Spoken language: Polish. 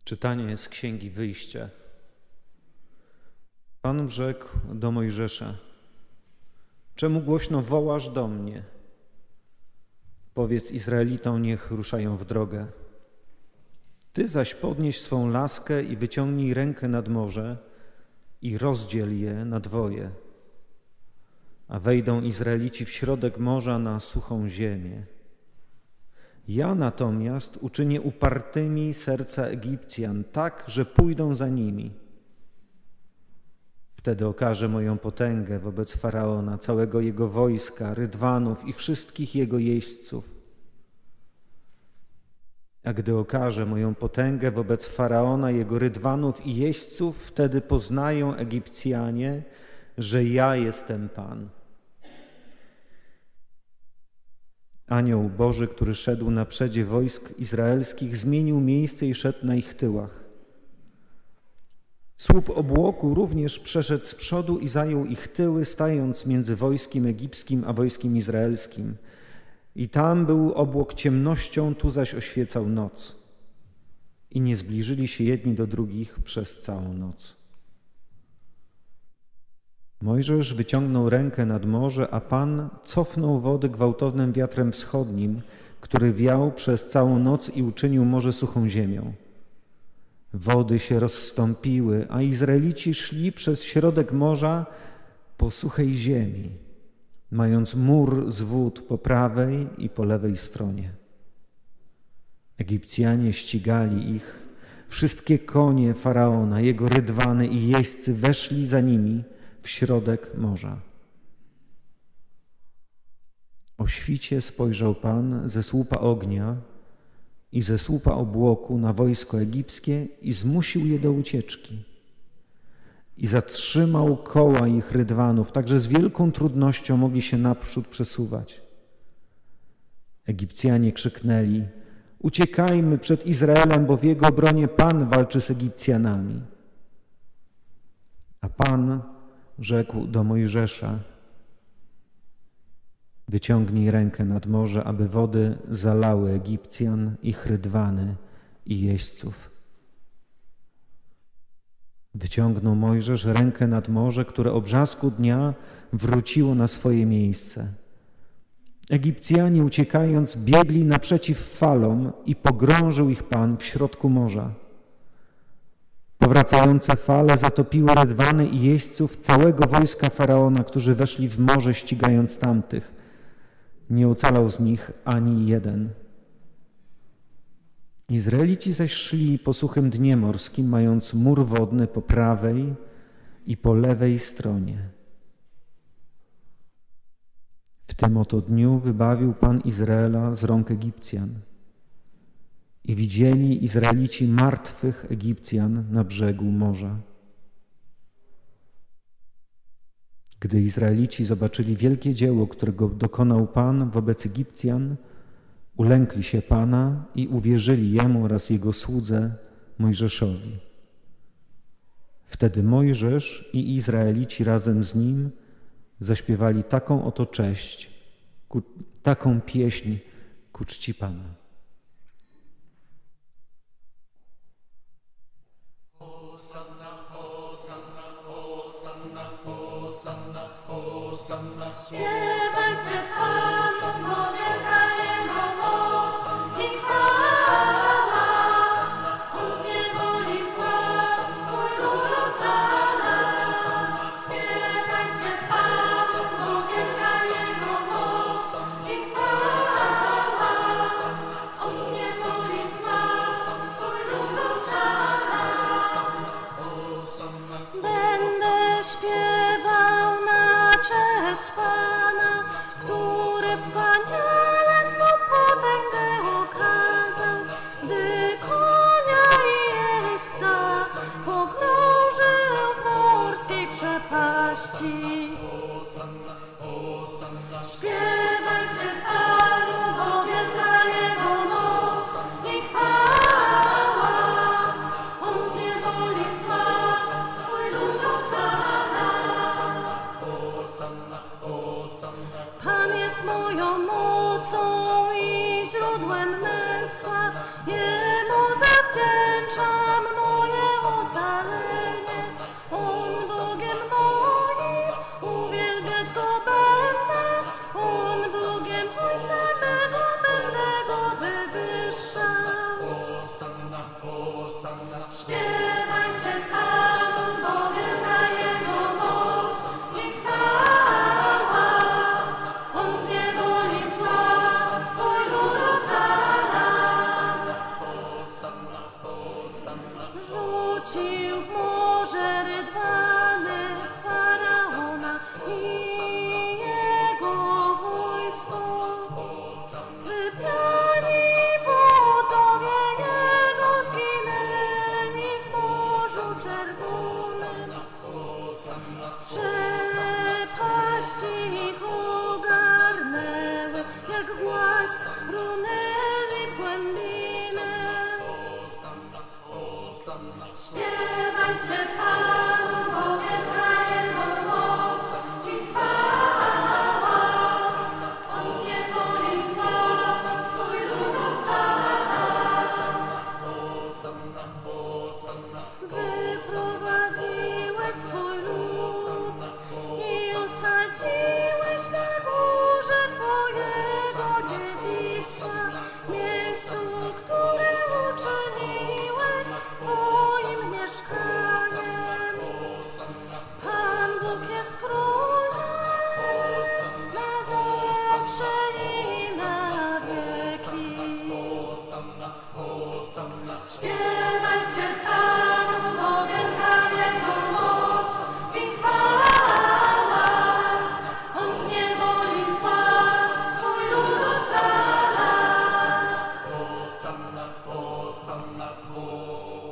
Czytanie z Księgi Wyjścia. Pan rzekł do Mojżesza: czemu głośno wołasz do mnie? Powiedz Izraelitom, niech ruszają w drogę. Ty zaś podnieś swą laskę i wyciągnij rękę nad morze i rozdziel je na dwoje. A wejdą Izraelici w środek morza na suchą ziemię. Ja natomiast uczynię upartymi serca Egipcjan, tak, że pójdą za nimi. Wtedy okażę moją potęgę wobec Faraona, całego jego wojska, rydwanów i wszystkich jego jeźdźców. A gdy okażę moją potęgę wobec Faraona, jego rydwanów i jeźdźców, wtedy poznają Egipcjanie, że ja jestem Pan. Anioł Boży, który szedł na przedzie wojsk izraelskich, zmienił miejsce i szedł na ich tyłach. Słup obłoku również przeszedł z przodu i zajął ich tyły, stając między wojskiem egipskim a wojskiem izraelskim. I tam był obłok ciemnością, tu zaś oświecał noc. I nie zbliżyli się jedni do drugich przez całą noc. Mojżesz wyciągnął rękę nad morze, a Pan cofnął wody gwałtownym wiatrem wschodnim, który wiał przez całą noc i uczynił morze suchą ziemią. Wody się rozstąpiły, a Izraelici szli przez środek morza po suchej ziemi, mając mur z wód po prawej i po lewej stronie. Egipcjanie ścigali ich, wszystkie konie Faraona, jego rydwany i jeźdźcy weszli za nimi w środek morza. O świcie spojrzał Pan ze słupa ognia i ze słupa obłoku na wojsko egipskie i zmusił je do ucieczki. I zatrzymał koła ich rydwanów, tak że z wielką trudnością mogli się naprzód przesuwać. Egipcjanie krzyknęli: uciekajmy przed Izraelem, bo w jego obronie Pan walczy z Egipcjanami. A Pan rzekł do Mojżesza: wyciągnij rękę nad morze, aby wody zalały Egipcjan, ich rydwany i jeźdźców. Wyciągnął Mojżesz rękę nad morze, które o brzasku dnia wróciło na swoje miejsce. Egipcjanie, uciekając, biegli naprzeciw falom i pogrążył ich Pan w środku morza. Powracające fale zatopiły rydwany i jeźdźców całego wojska Faraona, którzy weszli w morze, ścigając tamtych. Nie ocalał z nich ani jeden. Izraelici zaś szli po suchym dnie morskim, mając mur wodny po prawej i po lewej stronie. W tym oto dniu wybawił Pan Izraela z rąk Egipcjan. I widzieli Izraelici martwych Egipcjan na brzegu morza. Gdy Izraelici zobaczyli wielkie dzieło, którego dokonał Pan wobec Egipcjan, ulękli się Pana i uwierzyli Jemu oraz Jego słudze Mojżeszowi. Wtedy Mojżesz i Izraelici razem z nim zaśpiewali taką oto cześć, taką pieśń ku czci Pana. Śpiewajcie Panu, bo wielka Jego moc i chwała. On z niewoli zła swój lud ocala. Śpiewajcie Panu, bo wielka Jego moc i chwała. On z niewoli zła swój lud ocala. Będę śpiewał na cześć Pana, który wspaniale swą potęgę okazał, gdy konia i jeźdźca pogrążył w morskiej przepaści. Śpiewajcie Panu, bo wielka Jego moc i chwała. On z niewoli zła swój lud ocala. Pan jest moją mocą i źródłem męstwa, Jemu zawdzięczam Śpiewajcie Panu, bo wielka Jego moc i chwała. On z niewoli zła swój lud ocala. Rzucił w morze rydwany Faraona i jego wojsko. Wybrani wodzowie jego zginęli w Morzu Czerwonym. Przepaści ich ogarnęły, jak głaz runęli w głębinę. Śpiewajcie Panu, bo wielka Jego moc i chwała. On z niewoli zła swój lud ocala. Wyprowadziłeś swój lud i osadziłeś na górze Twojego dziedzictwa, miejscu, które uczyniłeś swoim mieszkaniem. Pan Bóg jest królem na zawsze i na wieki. Śpiewajcie Panu, bo wielka Jego moc i chwała. On z niewoli zła swój lud ocala.